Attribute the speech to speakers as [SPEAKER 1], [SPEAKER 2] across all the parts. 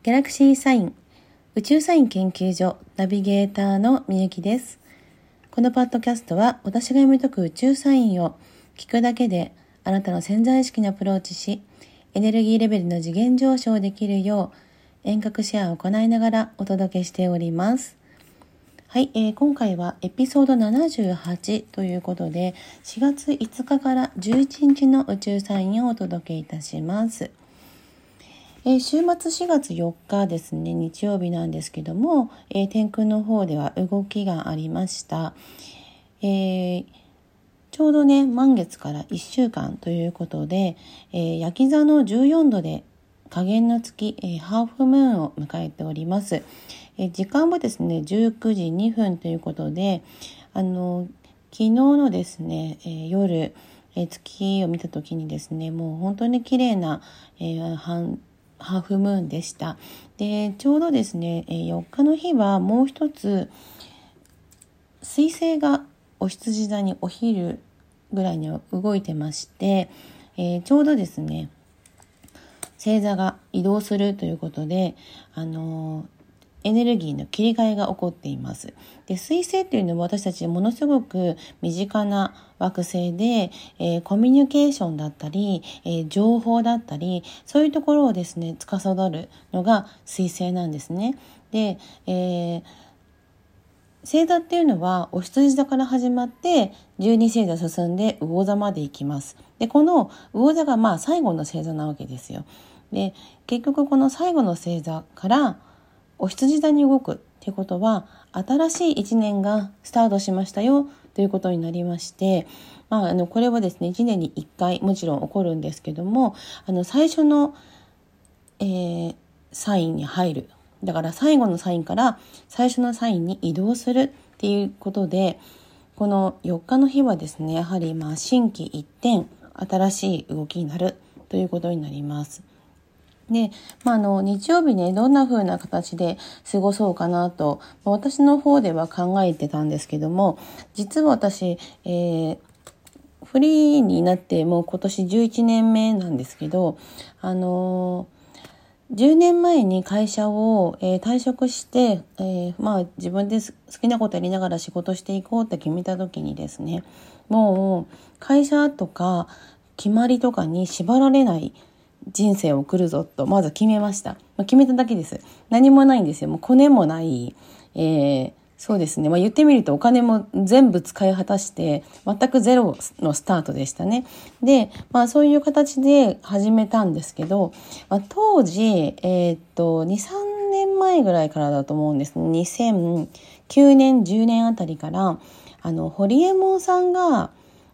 [SPEAKER 1] ギャラクシーサイン宇宙サイン研究所ナビゲーターのみゆきです。このパッドキャストは私が読み解く宇宙サインを聞くだけであなたの潜在意識にアプローチし、エネルギーレベルの次元上昇できるよう遠隔シェアを行いながらお届けしております。はい、今回はエピソード78ということで4月5日から11日の宇宙サインをお届けいたします。週末4月4日ですね、日曜日なんですけども、天空の方では動きがありました。ちょうどね、満月から1週間ということで、焼き座の14度で下限の月、ハーフムーンを迎えております。時間はですね、19時2分ということで、昨日のですね、夜、月を見た時にですね、もう本当に綺麗な、ハーフムーンでした。で、ちょうどですね、4日の日はもう一つ水星がお羊座にお昼ぐらいに動いてまして、ちょうどですね星座が移動するということで、エネルギーの切り替えが起こっています。で、水星というのは私たちものすごく身近な惑星で、コミュニケーションだったり、情報だったり、そういうところをですね司るのが水星なんですね。で、星座っていうのはお羊座から始まって12星座進んで魚座まで行きます。で、この魚座が最後の星座なわけですよ。で、結局この最後の星座からお羊座に動くっていうことは新しい一年がスタートしましたよということになりまして、これはですね1年に1回もちろん起こるんですけども、最初の、サインに入る、だから最後のサインから最初のサインに移動するっていうことで、この4日の日はですねやはり心機一転新しい動きになるということになります。で、日曜日ね、どんな風な形で過ごそうかなと、私の方では考えてたんですけども、実は私、フリーになってもう今年11年目なんですけど、10年前に会社を、退職して、自分で好きなことやりながら仕事していこうって決めた時にですね、もう会社とか決まりとかに縛られない人生を送るぞとまず決めました。決めただけです。何もないんですよ。もうコネもない。そうですね。言ってみるとお金も全部使い果たして全くゼロのスタートでしたね。で、そういう形で始めたんですけど、当時、2、3年前ぐらいからだと思うんですね。2009年、10年あたりから、ホリエモンさんが、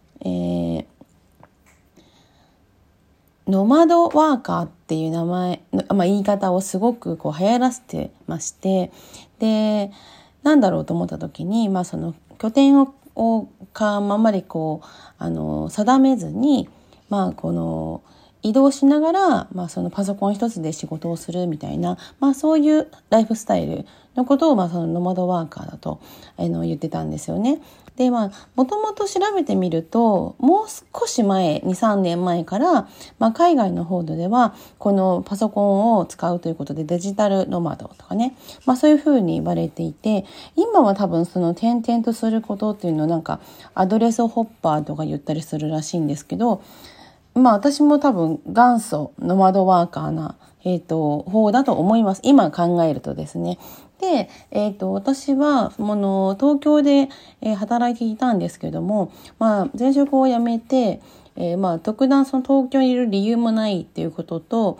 [SPEAKER 1] ノマドワーカーっていう名前、言い方をすごく流行らせてまして、で、なんだろうと思った時に、その拠点をあんまり定めずに、この移動しながら、そのパソコン一つで仕事をするみたいな、そういうライフスタイルのことを、そのノマドワーカーだと、言ってたんですよね。で、もともと調べてみると、もう少し前、2、3年前から、海外の方では、このパソコンを使うということでデジタルノマドとかね、そういうふうに言われていて、今は多分その転々とすることっていうのをアドレスホッパーとか言ったりするらしいんですけど、私も多分元祖ノマドワーカーな、方だと思います。今考えるとですね。で、私は東京で、働いていたんですけども、前職を辞めて、特段その東京にいる理由もないっていうことと、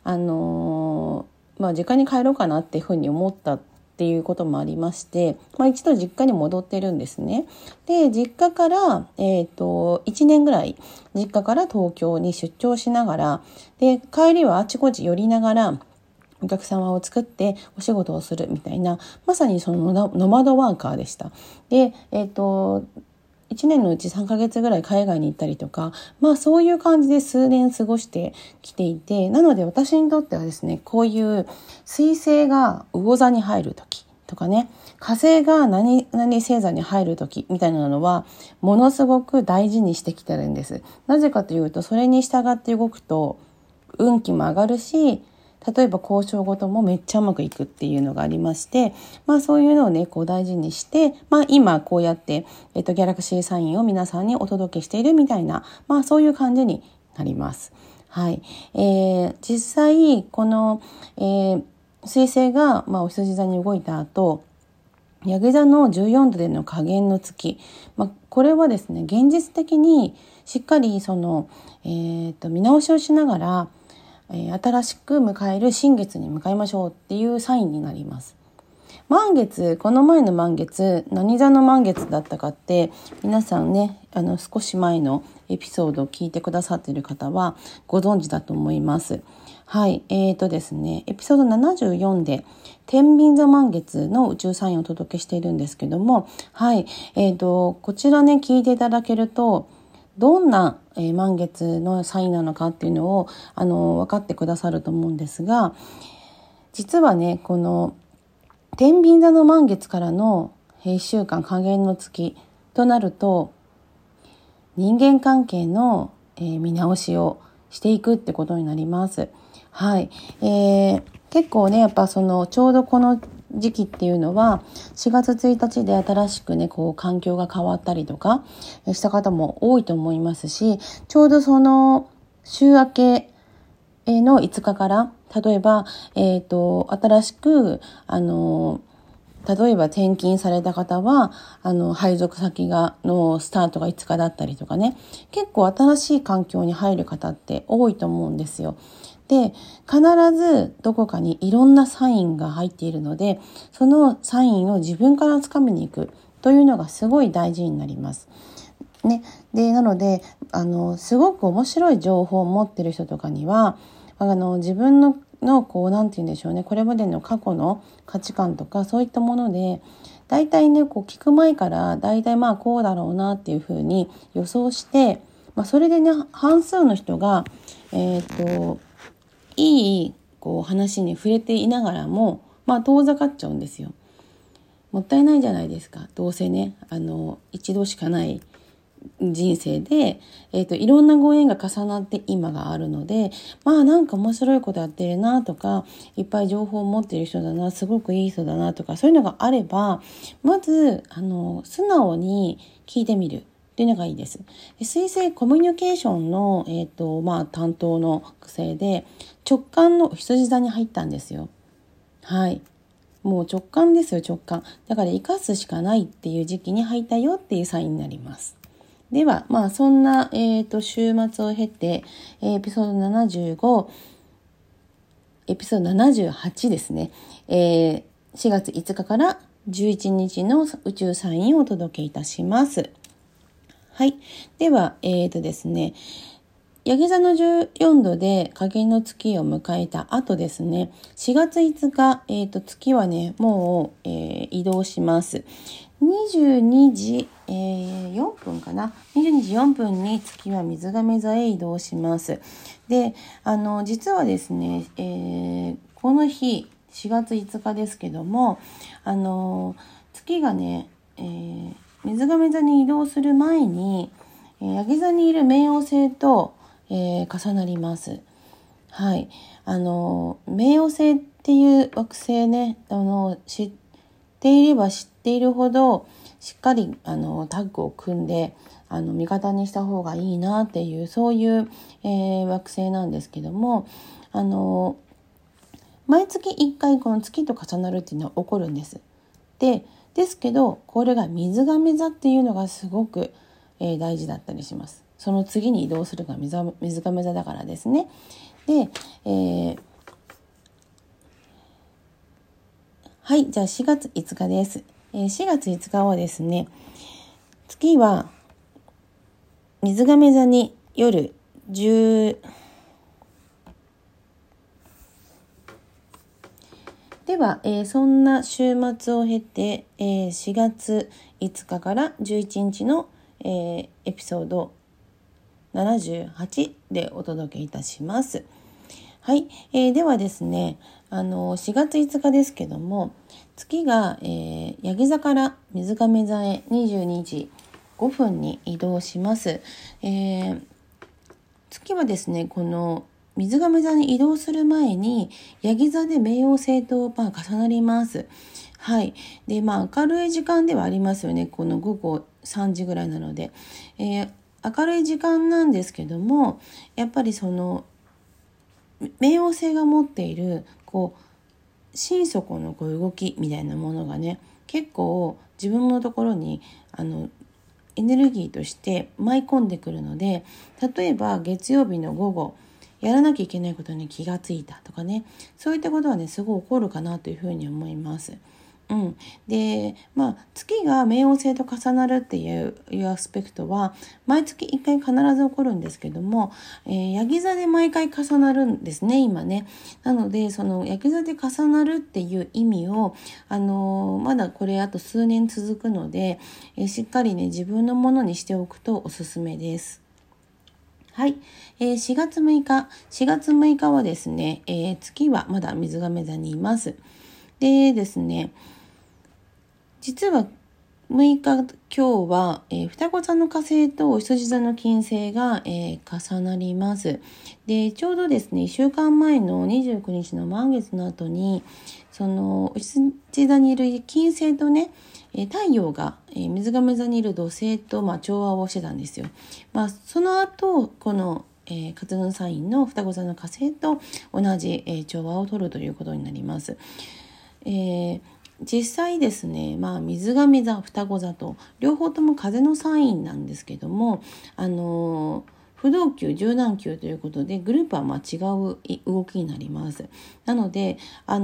[SPEAKER 1] 実家に帰ろうかなっていうふうに思ったっていうこともありまして、一度実家に戻ってるんですね。で、実家から、1年ぐらい実家から東京に出張しながら、で、帰りはあちこち寄りながらお客様を作ってお仕事をするみたいな、まさにそのノマドワーカーでした。で、1年のうち3ヶ月ぐらい海外に行ったりとか、そういう感じで数年過ごしてきていて、なので私にとってはですね、こういう水星が魚座に入る時とかね、火星が何星座に入る時みたいなのはものすごく大事にしてきてるんです。なぜかというと、それに従って動くと運気も上がるし、 例えば交渉ごともめっちゃうまくいくっていうのがありまして、そういうのをねこう大事にして、今こうやって、ギャラクシーサインを皆さんにお届けしているみたいな、そういう感じになります。はい。実際この、水星が、お羊座に動いた後、ヤギ座の14度での下限の月、これはですね現実的にしっかりその、見直しをしながら、新しく迎える新月に向かいましょうっていうサインになります。満月、この前の満月何座の満月だったかって皆さんね少し前のエピソードを聞いてくださっている方はご存知だと思います。はい、ですねエピソード74で天秤座満月の宇宙サインをお届けしているんですけども、はい、こちらね聞いていただけるとどんな満月のサインなのかっていうのを分かってくださると思うんですが、実はねこの天秤座の満月からの1週間下限の月となると人間関係の見直しをしていくってことになります。はい、結構ねやっぱそのちょうどこの時期っていうのは4月1日で新しくねこう環境が変わったりとかした方も多いと思いますし、ちょうどその週明けの5日から例えば、新しく例えば転勤された方は配属先のスタートが5日だったりとかね、結構新しい環境に入る方って多いと思うんですよ。で、必ずどこかにいろんなサインが入っているので、そのサインを自分からつかみに行くというのがすごい大事になります。ね、でなのですごく面白い情報を持ってる人とかには自分のこうなんて言うんでしょうね、これまでの過去の価値観とかそういったもので大体ねこう聞く前から大体こうだろうなっていうふうに予想して、それでね半数の人がいいこう話に触れていながらも遠ざかっちゃうんですよ。もったいないじゃないですか。どうせね一度しかない人生で、いろんなご縁が重なって今があるので、なんか面白いことやってるなとか、いっぱい情報を持ってる人だな、すごくいい人だなとか、そういうのがあれば、まず素直に聞いてみるっていうのがいいです。水星コミュニケーションの、担当の癖で直感の羊座に入ったんですよ。はい。もう直感ですよ、直感。だから生かすしかないっていう時期に入ったよっていうサインになります。では、そんな、週末を経て、エピソード75、エピソード78ですね。4月5日から11日の宇宙サインをお届けいたします。はい。では、ですね、ヤギ座の14度で下限の月を迎えた後ですね、4月5日、月はね、もう、移動します。22時、4分かな。22時4分に月は水亀座へ移動します。で、実はですね、この日、4月5日ですけども、月がね、水亀座に移動する前に、ヤギ座にいる冥王星と、重なります。はい。冥王星っていう惑星ね、知っていれば知っているほどしっかりタッグを組んで味方にした方がいいなっていうそういう、惑星なんですけども、毎月1回この月と重なるっていうのは起こるんです。ですけどこれが水亀座っていうのがすごく、大事だったりします。その次に移動するのが水亀座だからですね。で、はい、じゃあ4月5日です。4月5日はですね、月は水亀座に夜10では、そんな週末を経て、4月5日から11日の、エピソード78でお届けいたします。はい、ではですね、4月5日ですけども、月が、ヤギ座から水亀座へ22時5分に移動します。月はですね、この水亀座に移動する前にヤギ座で冥王星と重なります。はい。で、明るい時間ではありますよね。この午後3時ぐらいなので。明るい時間なんですけども、やっぱりその、冥王星が持っている、心底の動きみたいなものがね、結構自分のところに、エネルギーとして舞い込んでくるので、例えば月曜日の午後、やらなきゃいけないことに気がついたとかね、そういったことはね、すごい起こるかなというふうに思います。で、月が冥王星と重なるっていうアスペクトは毎月1回必ず起こるんですけども、ヤギ座で毎回重なるんですね、今ね。なのでそのヤギ座で重なるっていう意味を、まだこれあと数年続くので、しっかりね自分のものにしておくとおすすめです。はい、4月6日はですね、月はまだ水亀座にいます。でですね、実は6日今日は、双子座の火星とお羊座の金星が、重なります。で、ちょうどですね、1週間前の29日の満月の後に、そのお羊座にいる金星とね、太陽が、水亀座にいる土星と、調和をしてたんですよ。その後、この活動のサインの双子座の火星と同じ、調和を取るということになります。実際ですね、水亀座、双子座と両方とも風のサインなんですけども、不動級、柔軟級ということでグループは違う動きになります。なので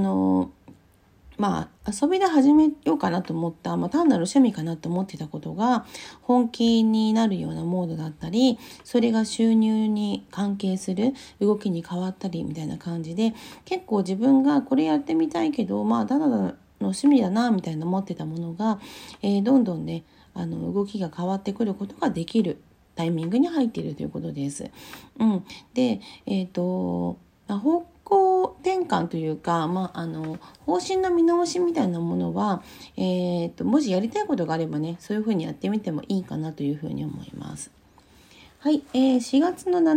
[SPEAKER 1] 遊びで始めようかなと思った、単なる趣味かなと思ってたことが本気になるようなモードだったり、それが収入に関係する動きに変わったりみたいな感じで、結構自分がこれやってみたいけど、ただの趣味だなみたいな思ってたものが、どんどんね動きが変わってくることができるタイミングに入っているということです。で、方向転換というか、方針の見直しみたいなものは、もしやりたいことがあればね、そういうふうにやってみてもいいかなというふうに思います。はい、4月の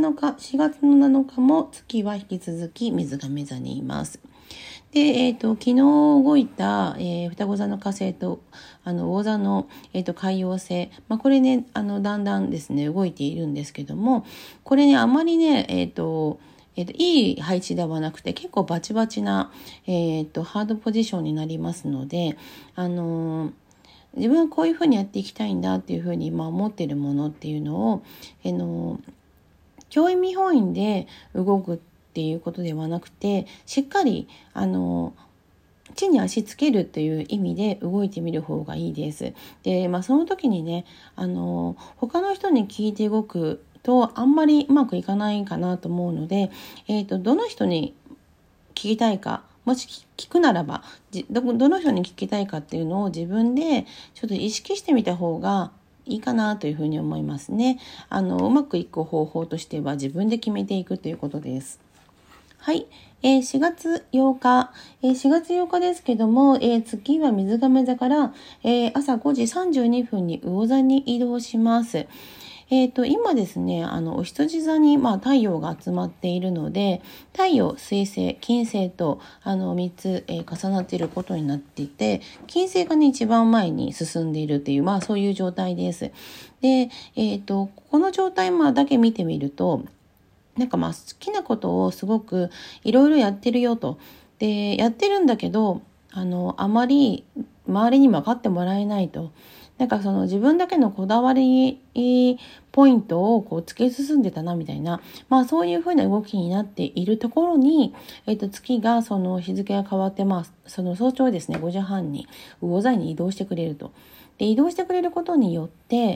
[SPEAKER 1] 7日も月は引き続き水亀座にいます。で、昨日動いた、双子座の火星と魚座の、海王星、これねだんだんですね動いているんですけども、これねあまりねいい配置ではなくて結構バチバチな、ハードポジションになりますので、自分はこういうふうにやっていきたいんだっていうふうに思っているものっていうのを、教員見本院で動くっていうことではなくて、しっかり地に足つけるという意味で動いてみる方がいいです。で、その時にね他の人に聞いて動くとあんまりうまくいかないかなと思うので、どの人に聞きたいか、もし聞くならばどの人に聞きたいかっていうのを自分でちょっと意識してみた方がいいかなというふうに思いますね。うまくいく方法としては自分で決めていくということです。はい、4月8日、4月8日ですけども、月は水亀座から、朝5時32分に魚座に移動します。今ですね、お羊座に、太陽が集まっているので、太陽、水星、金星と3つ、重なっていることになっていて、金星がね一番前に進んでいるという、そういう状態です。で、この状態だけ見てみると、好きなことをすごくいろいろやってるよと。で、やってるんだけど、あまり周りに分かってもらえないと。その自分だけのこだわりポイントを突き進んでたなみたいな、そういうふうな動きになっているところに、月がその日付が変わって、その早朝ですね、5時半に魚座に移動してくれると。で、移動してくれることによって、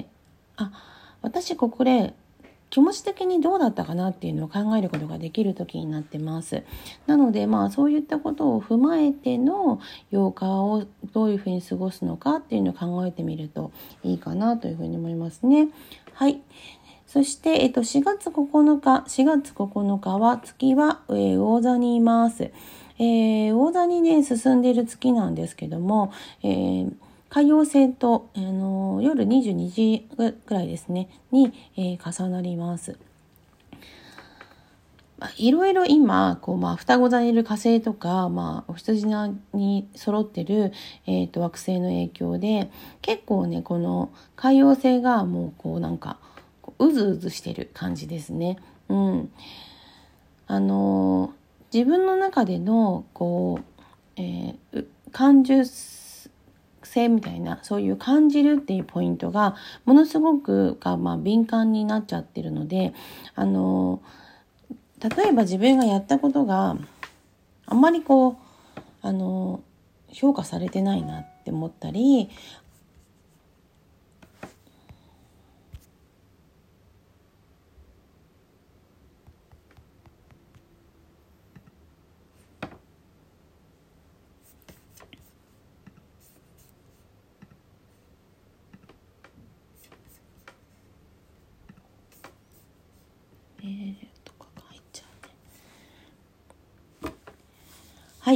[SPEAKER 1] 私これ気持ち的にどうだったかなっていうのを考えることができる時になってます。なのでそういったことを踏まえての8日をどういうふうに過ごすのかっていうのを考えてみるといいかなというふうに思いますね。はい。そして、4月9日は月は、魚座にいます。魚座にね進んでいる月なんですけども、海王星と、夜22時ぐらいですねに、重なります。 いろいろ今双子座にいる火星とか、お羊座に揃ってる、惑星の影響で結構ねこの海王星がもううずうずしてる感じですね。自分の中での感受性みたいな、そういう感じるっていうポイントがものすごく敏感になっちゃってるので、例えば自分がやったことがあんまり評価されてないなって思ったり、とかが入っちゃうね。はい、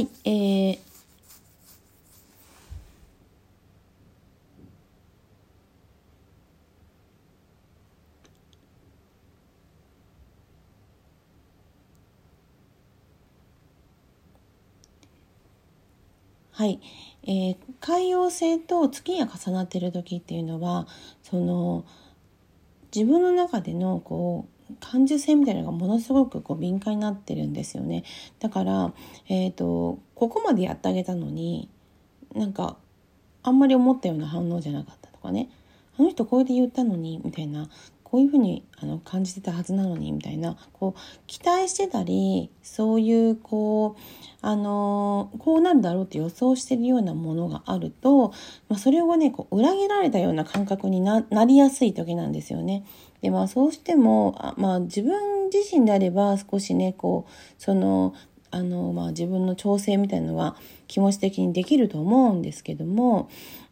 [SPEAKER 1] はい、海王星と月が重なっている時っていうのは、自分の中での感受性みたいなのがものすごく敏感になってるんですよね。だから、ここまでやってあげたのにあんまり思ったような反応じゃなかったとかね、あの人こうやって言ったのにみたいな、こういうふうに感じてたはずなのにみたいな、期待してたり、そういうこうなるだろうって予想してるようなものがあると、それをね裏切られたような感覚になりやすい時なんですよね。でそうしても自分自身であれば少しね自分の調整みたいなのは気持ち的にできると思うんですけども、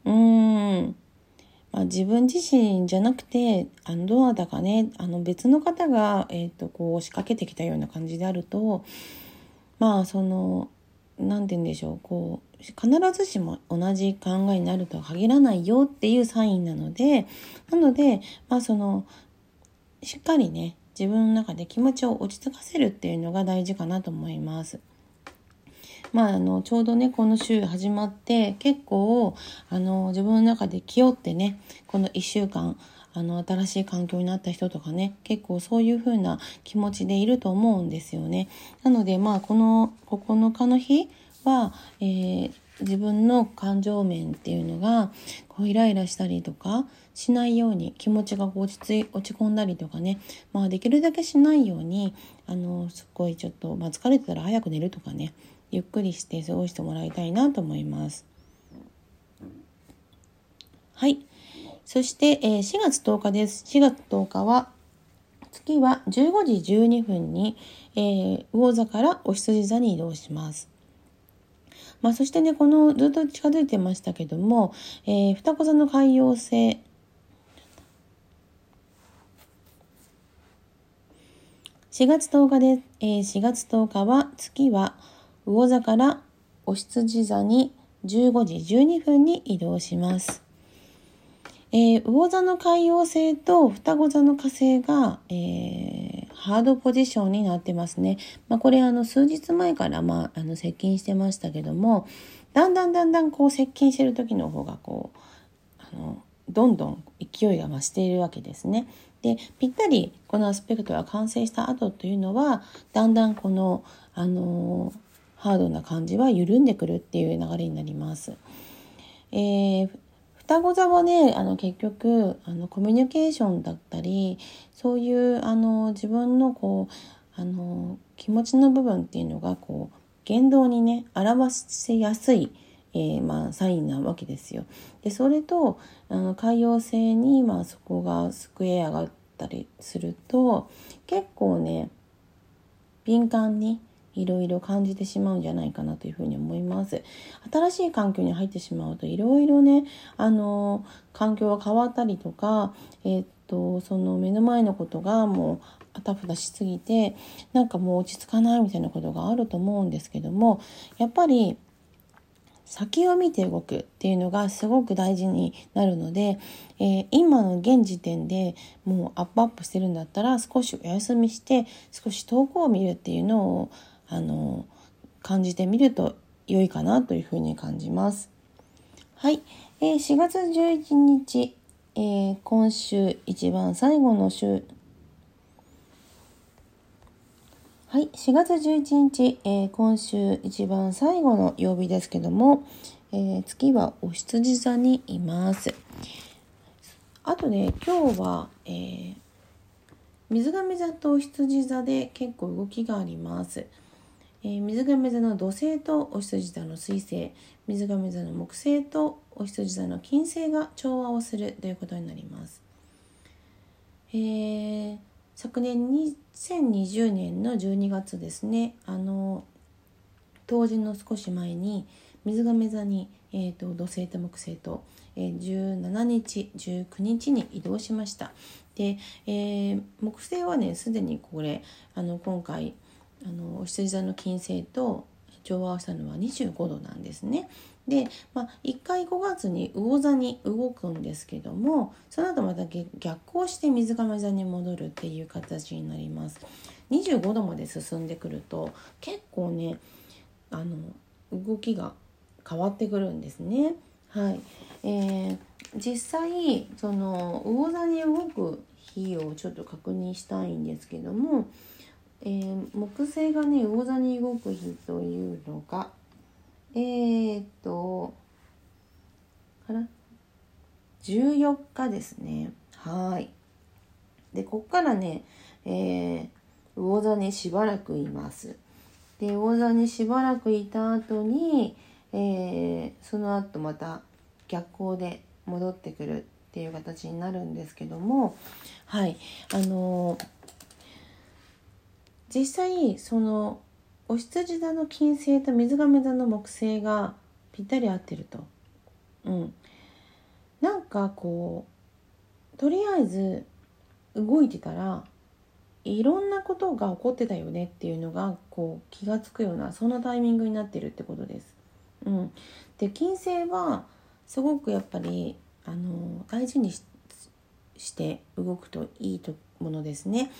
[SPEAKER 1] 自分自身じゃなくてどなたかね別の方が、仕掛けてきたような感じであると、なんて言うんでしょう、必ずしも同じ考えになるとは限らないよっていうサインなので、しっかりね自分の中で気持ちを落ち着かせるっていうのが大事かなと思います。ちょうどねこの週始まって結構自分の中で気負ってね、この1週間新しい環境になった人とかね、結構そういう風な気持ちでいると思うんですよね。なのでこの9日の日は、自分の感情面っていうのがイライラしたりとかしないように、気持ちが落ち込んだりとかね、できるだけしないようにすっごいちょっと、疲れてたら早く寝るとかね、ゆっくりして過ごしてもらいたいなと思います。はい。そして、4月10日です。4月10日は月は15時12分に、魚座からお羊座に移動します。そしてね、ずっと近づいてましたけども、双子座の海王星、4月10日です。4月10日は月は魚座からお羊座に15時12分に移動します。魚座の海王星と双子座の火星が、ハードポジションになってますね。これ数日前から接近してましたけども、だんだん接近してる時の方がどんどん勢いが増しているわけですね。で、ぴったりこのアスペクトが完成した後というのは、だんだんハードな感じは緩んでくるっていう流れになります。双子座はね結局コミュニケーションだったり、そういう自分の気持ちの部分っていうのが言動にね表せやすい、サインなわけですよ。でそれと海王星にそこがスクエアがあったりすると、結構ね敏感にいろいろ感じてしまうんじゃないかなというふうに思います。新しい環境に入ってしまうといろいろね環境が変わったりとか、その目の前のことがもうあたふたしすぎてもう落ち着かないみたいなことがあると思うんですけども、やっぱり先を見て動くっていうのがすごく大事になるので、今の現時点でもうアップしてるんだったら少しお休みして少し遠くを見るっていうのを感じてみると良いかなというふうに感じます。はい、4月11日、今週一番最後の週、はい、4月11日、今週一番最後の曜日ですけども、月はお羊座にいます。あとね、今日は、水亀座とお羊座で結構動きがあります。水亀座の土星とお羊座の水星、水亀座の木星とお羊座の金星が調和をするということになります。昨年2020年の12月ですね、冬至の少し前に水亀座に、土星と木星と、17日19日に移動しました。で、木星はねすでにこれ今回お羊座の金星と調和をしたのは25度なんですね。で、1回5月に魚座に動くんですけども、その後また逆行して水亀座に戻るっていう形になります。25度まで進んでくると結構ね動きが変わってくるんですね。はい、実際その魚座に動く日をちょっと確認したいんですけども、木星がね魚座に動く日というのが14日ですね。はい。でこっからね、魚座にしばらくいます。で魚座にしばらくいた後に、その後また逆行で戻ってくるっていう形になるんですけども、はい、実際そのお羊座の金星と水亀座の木星がぴったり合ってると、なんかこうとりあえず動いてたらいろんなことが起こってたよねっていうのがこう気がつくようなそんなタイミングになってるってことです。で金星はすごくやっぱり大事にして動くといいものですね。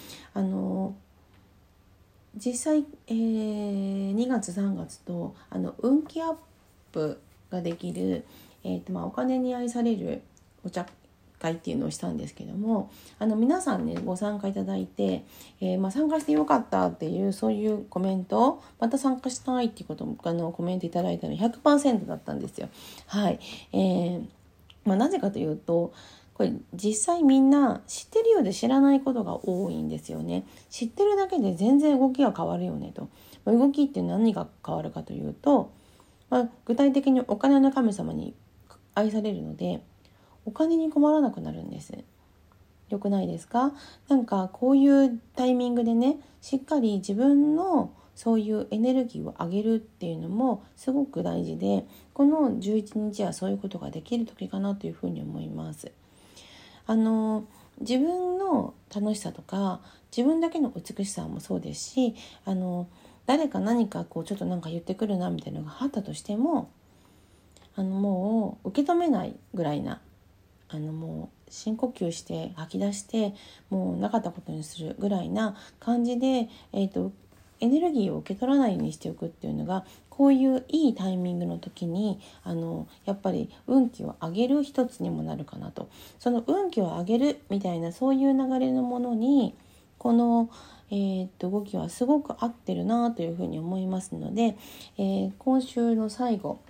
[SPEAKER 1] 実際、2月3月と運気アップができる、お金に愛されるお茶会っていうのをしたんですけども、皆さんねご参加いただいて、参加してよかったっていうそういうコメント、また参加したいっていうこともコメントいただいたの 100% だったんですよ。はい、なぜかというとこれ実際みんな知ってるようで知らないことが多いんですよね。知ってるだけで全然動きが変わるよねと。動きって何が変わるかというと、具体的にお金の神様に愛されるのでお金に困らなくなるんです。よくないですか？なんかこういうタイミングでねしっかり自分のそういうエネルギーを上げるっていうのもすごく大事で、この11日はそういうことができる時かなというふうに思います。自分の楽しさとか自分だけの美しさもそうですし、誰か何かこうちょっとなんか言ってくるなみたいなのがあったとしてももう受け止めないぐらいなもう深呼吸して吐き出してもうなかったことにするぐらいな感じで、エネルギーを受け取らないようにしておくっていうのがこういういいタイミングの時にやっぱり運気を上げる一つにもなるかなと。その運気を上げるみたいなそういう流れのものにこの、動きはすごく合ってるなというふうに思いますので、今週の最後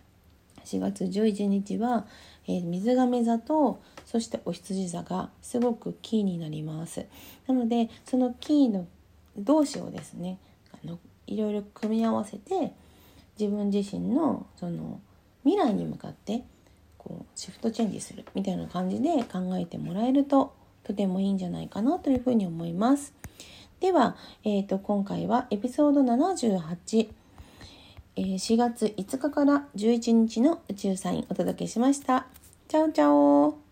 [SPEAKER 1] 4月11日は、水亀座とそしてお羊座がすごくキーになります。なのでそのキーの同士をですねいろいろ組み合わせて自分自身のその未来に向かってこうシフトチェンジするみたいな感じで考えてもらえるととてもいいんじゃないかなというふうに思います。では、今回はエピソード78、4月5日から11日の宇宙サインお届けしました。チャオチャオ。